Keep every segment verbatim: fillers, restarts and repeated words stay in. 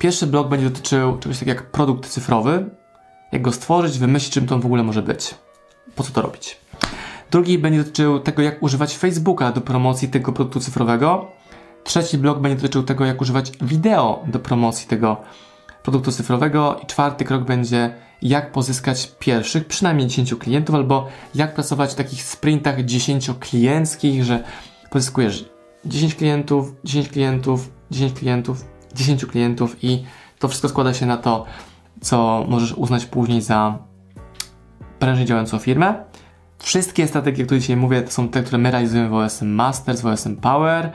Pierwszy blok będzie dotyczył czegoś takiego jak produkt cyfrowy, jak go stworzyć, wymyślić, czym to w ogóle może być, po co to robić. Drugi będzie dotyczył tego, jak używać Facebooka do promocji tego produktu cyfrowego. Trzeci blok będzie dotyczył tego, jak używać wideo do promocji tego produktu cyfrowego. I czwarty krok będzie, jak pozyskać pierwszych, przynajmniej dziesięciu klientów, albo jak pracować w takich sprintach dziesięcioklienckich, że pozyskujesz dziesięć klientów, dziesięć klientów, dziesięć klientów, dziesięć klientów i to wszystko składa się na to, co możesz uznać później za prężnie działającą firmę. Wszystkie strategie, o których dzisiaj mówię, to są te, które my realizujemy w O S M Masters, w O S M Power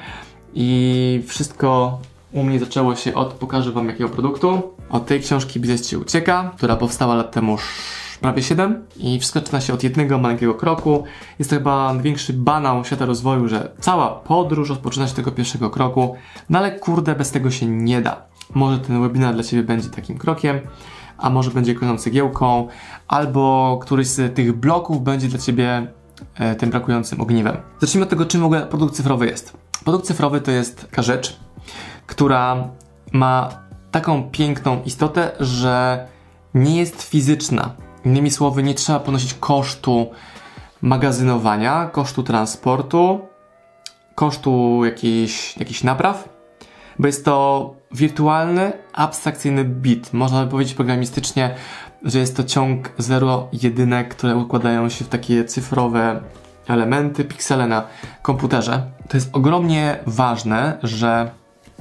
i wszystko u mnie zaczęło się od, pokażę wam jakiego produktu, od tej książki Biznes Ci Ucieka, która powstała lat temu prawie siedem i wszystko zaczyna się od jednego maleńkiego kroku. Jest to chyba największy banał świata rozwoju, że cała podróż rozpoczyna się od tego pierwszego kroku, no ale kurde, bez tego się nie da. Może ten webinar dla Ciebie będzie takim krokiem, a może będzie kolejną cegiełką, albo któryś z tych bloków będzie dla Ciebie e, tym brakującym ogniwem. Zacznijmy od tego, czym w ogóle produkt cyfrowy jest. Produkt cyfrowy to jest taka rzecz, która ma taką piękną istotę, że nie jest fizyczna. Innymi słowy, nie trzeba ponosić kosztu magazynowania, kosztu transportu, kosztu jakichś, jakichś napraw, bo jest to wirtualny, abstrakcyjny bit. Można by powiedzieć programistycznie, że jest to ciąg zero jedynek, które układają się w takie cyfrowe elementy, piksele na komputerze. To jest ogromnie ważne, że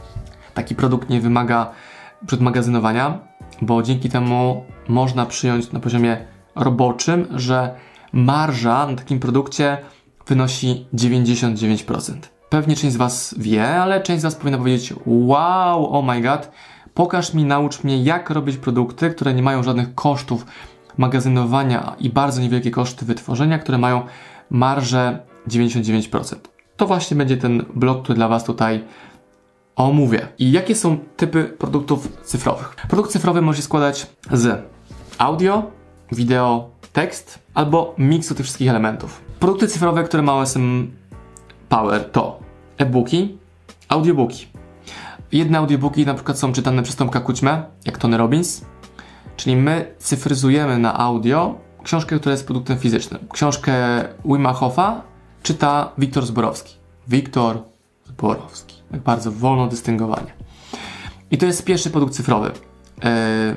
taki produkt nie wymaga przedmagazynowania, bo dzięki temu można przyjąć na poziomie roboczym, że marża na takim produkcie wynosi dziewięćdziesiąt dziewięć procent. Pewnie część z Was wie, ale część z Was powinna powiedzieć: wow, oh my god, pokaż mi, naucz mnie, jak robić produkty, które nie mają żadnych kosztów magazynowania i bardzo niewielkie koszty wytworzenia, które mają marżę dziewięćdziesiąt dziewięć procent. To właśnie będzie ten blok, który dla Was tutaj omówię. I jakie są typy produktów cyfrowych? Produkt cyfrowy może się składać z audio, wideo, tekst albo miksu tych wszystkich elementów. Produkty cyfrowe, które ma O S M Power, to e-booki, audiobooki. Jedne audiobooki na przykład są czytane przez Tomka Kućmę, jak Tony Robbins, czyli my cyfryzujemy na audio książkę, która jest produktem fizycznym. Książkę Wima Hofa czyta Wiktor Zborowski. Wiktor Zborowski. Tak bardzo wolno dystyngowanie. I to jest pierwszy produkt cyfrowy. Yy,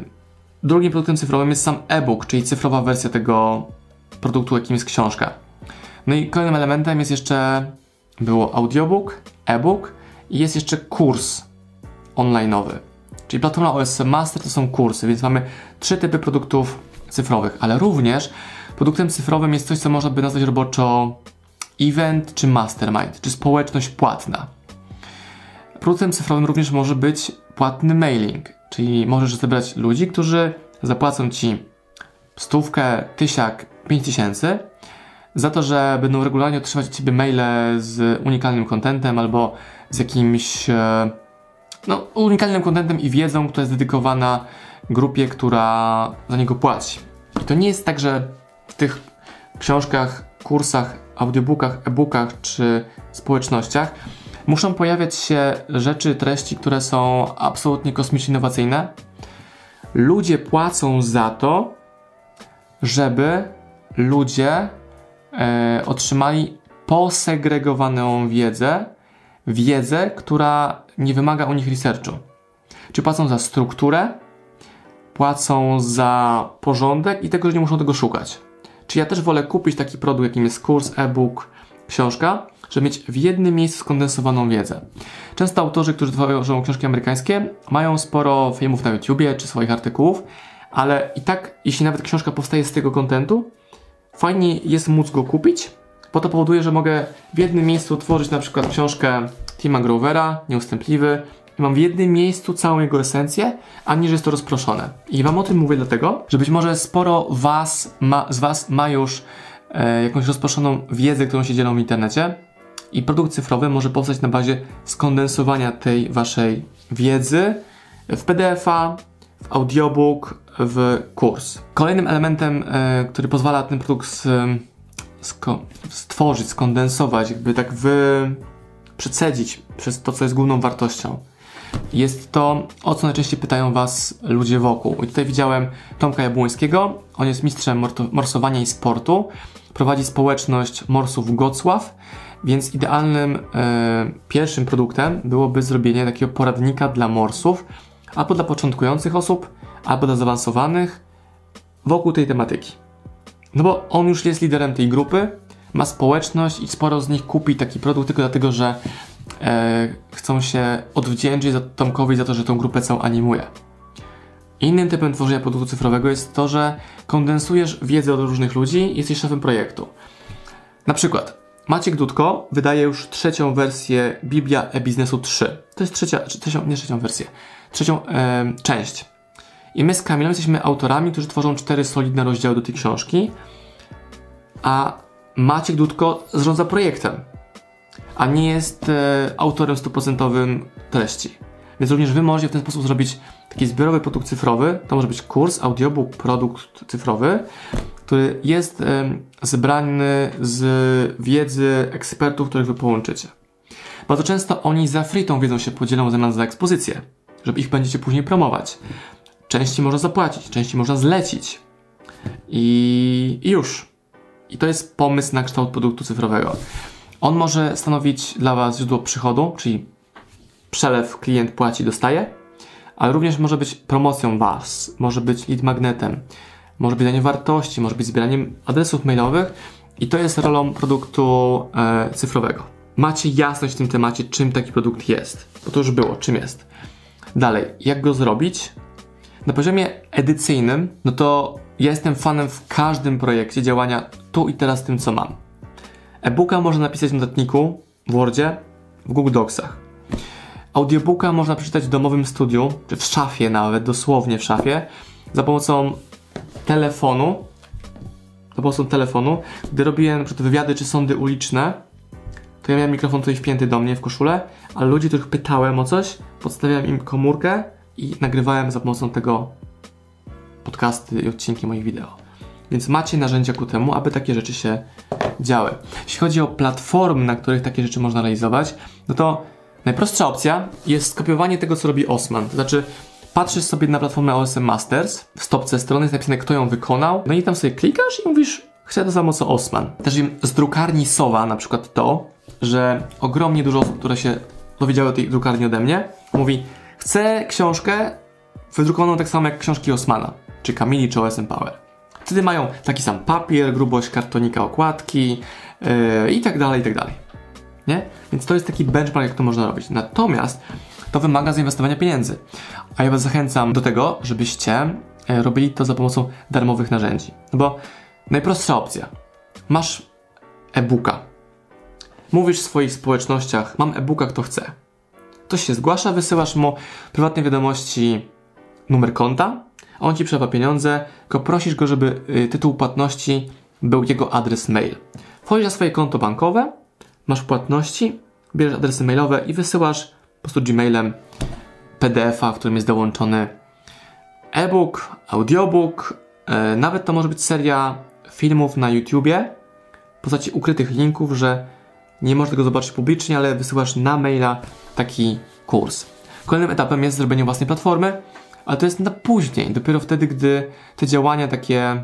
drugim produktem cyfrowym jest sam e-book, czyli cyfrowa wersja tego produktu, jakim jest książka. No i kolejnym elementem jest jeszcze było audiobook, e-book i jest jeszcze kurs online'owy. Czyli platforma O S M Master to są kursy, więc mamy trzy typy produktów cyfrowych, ale również produktem cyfrowym jest coś, co można by nazwać roboczo event czy mastermind, czy społeczność płatna. Produktem cyfrowym również może być płatny mailing, czyli możesz zebrać ludzi, którzy zapłacą Ci stówkę, tysiak, pięć tysięcy za to, że będą regularnie otrzymać od Ciebie maile z unikalnym contentem albo z jakimś no, unikalnym contentem i wiedzą, która jest dedykowana grupie, która za niego płaci. I to nie jest tak, że w tych książkach, kursach, audiobookach, e-bookach czy społecznościach muszą pojawiać się rzeczy, treści, które są absolutnie kosmicznie innowacyjne. Ludzie płacą za to, żeby ludzie e, otrzymali posegregowaną wiedzę, wiedzę, która nie wymaga u nich researchu. Czy płacą za strukturę, płacą za porządek i tego, że nie muszą tego szukać. Czy ja też wolę kupić taki produkt, jakim jest kurs, e-book, książka, żeby mieć w jednym miejscu skondensowaną wiedzę. Często autorzy, którzy tworzą książki amerykańskie, mają sporo filmów na YouTubie czy swoich artykułów, ale i tak, jeśli nawet książka powstaje z tego kontentu, fajnie jest móc go kupić, bo to powoduje, że mogę w jednym miejscu tworzyć na przykład książkę Tima Grovera, Nieustępliwy, i mam w jednym miejscu całą jego esencję, a nie, że jest to rozproszone. I Wam o tym mówię dlatego, że być może sporo was ma, z Was ma już e, jakąś rozproszoną wiedzę, którą się dzielą w internecie i produkt cyfrowy może powstać na bazie skondensowania tej Waszej wiedzy w P D F a, w audiobook, w kurs. Kolejnym elementem, e, który pozwala ten produkt sko- stworzyć, skondensować, jakby tak wy... przecedzić przez to, co jest główną wartością, jest to, o co najczęściej pytają Was ludzie wokół. I tutaj widziałem Tomka Jabłońskiego, on jest mistrzem morsowania i sportu, prowadzi społeczność morsów Gocław, więc idealnym e, pierwszym produktem byłoby zrobienie takiego poradnika dla morsów, albo dla początkujących osób, albo dla zaawansowanych, wokół tej tematyki. No bo on już jest liderem tej grupy, ma społeczność i sporo z nich kupi taki produkt tylko dlatego, że e, chcą się odwdzięczyć za Tomkowi za to, że tą grupę całą animuje. Innym typem tworzenia produktu cyfrowego jest to, że kondensujesz wiedzę od różnych ludzi i jesteś szefem projektu. Na przykład Maciek Dudko wydaje już trzecią wersję Biblia e-biznesu trzy. To jest trzecia, trzecią, nie trzecią wersję, trzecią e, część. I my z Kamilem jesteśmy autorami, którzy tworzą cztery solidne rozdziały do tej książki, a Maciek Dudko zarządza projektem, a nie jest e, autorem stuprocentowym treści. Więc również Wy możecie w ten sposób zrobić taki zbiorowy produkt cyfrowy. To może być kurs, audiobook, produkt cyfrowy, który jest e, zebrany z wiedzy ekspertów, których Wy połączycie. Bardzo często oni za free tą wiedzą się podzielą w zamian za ekspozycję, żeby ich będziecie później promować. Części można zapłacić, części można zlecić. I, i już. I to jest pomysł na kształt produktu cyfrowego. On może stanowić dla Was źródło przychodu, czyli przelew klient płaci, dostaje, ale również może być promocją Was, może być lead magnetem, może być daniem wartości, może być zbieraniem adresów mailowych i to jest rolą produktu e, cyfrowego. Macie jasność w tym temacie, czym taki produkt jest, bo to już było, czym jest. Dalej, jak go zrobić? Na poziomie edycyjnym, no to ja jestem fanem w każdym projekcie działania tu i teraz tym, co mam. E-booka można napisać w notatniku, w Wordzie, w Google Docsach. Audiobooka można przeczytać w domowym studiu, czy w szafie nawet, dosłownie w szafie, za pomocą telefonu, za pomocą telefonu. Gdy robiłem na przykład wywiady czy sądy uliczne, to ja miałem mikrofon tutaj wpięty do mnie w koszulę, ale ludzi, których pytałem o coś, podstawiałem im komórkę i nagrywałem za pomocą tego podcasty i odcinki moich wideo. Więc macie narzędzia ku temu, aby takie rzeczy się działy. Jeśli chodzi o platformy, na których takie rzeczy można realizować, no to najprostsza opcja jest skopiowanie tego, co robi Osman. To znaczy, patrzysz sobie na platformę O S M Masters, w stopce strony jest napisane, kto ją wykonał, no i tam sobie klikasz i mówisz, chcę to samo co Osman. Też wiem z drukarni Sowa na przykład to, że ogromnie dużo osób, które się dowiedziały o tej drukarni ode mnie, mówi, chcę książkę wydrukowaną tak samo jak książki Osmana, czy Kamili, czy O S M Power. Wtedy mają taki sam papier, grubość kartonika okładki yy, i tak dalej, i tak dalej. Nie? Więc to jest taki benchmark, jak to można robić. Natomiast to wymaga zainwestowania pieniędzy. A ja Was zachęcam do tego, żebyście yy, robili to za pomocą darmowych narzędzi. No bo najprostsza opcja. Masz e-booka. Mówisz w swoich społecznościach, mam e-booka, kto chce. Ktoś się zgłasza, wysyłasz mu prywatne wiadomości, numer konta, a on Ci przelewa pieniądze, tylko prosisz go, żeby y, tytuł płatności był jego adres mail. Wchodzisz na swoje konto bankowe, masz płatności, bierzesz adresy mailowe i wysyłasz po prostu Gmailem P D F-a, w którym jest dołączony e-book, audiobook, y, nawet to może być seria filmów na YouTubie w postaci ukrytych linków, że nie możesz tego zobaczyć publicznie, ale wysyłasz na maila taki kurs. Kolejnym etapem jest zrobienie własnej platformy, ale to jest na później, dopiero wtedy, gdy te działania takie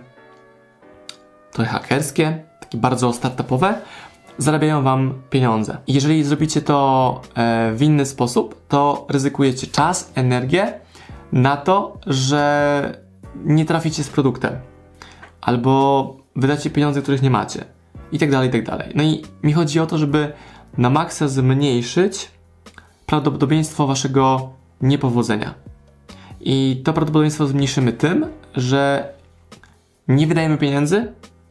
trochę hakerskie, takie bardzo startupowe, zarabiają Wam pieniądze. I jeżeli zrobicie to e, w inny sposób, to ryzykujecie czas, energię na to, że nie traficie z produktem. Albo wydacie pieniądze, których nie macie. I tak dalej, i tak dalej. No i mi chodzi o to, żeby na maksa zmniejszyć prawdopodobieństwo Waszego niepowodzenia. I to prawdopodobieństwo zmniejszymy tym, że nie wydajemy pieniędzy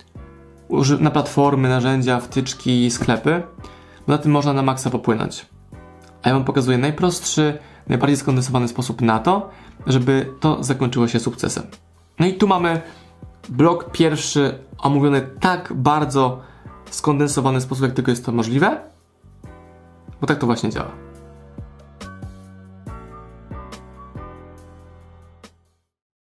na platformy, narzędzia, wtyczki, sklepy, bo na tym można na maksa popłynąć. A ja Wam pokazuję najprostszy, najbardziej skondensowany sposób na to, żeby to zakończyło się sukcesem. No i tu mamy blok pierwszy omówiony tak bardzo skondensowany sposób, jak tylko jest to możliwe, bo tak to właśnie działa.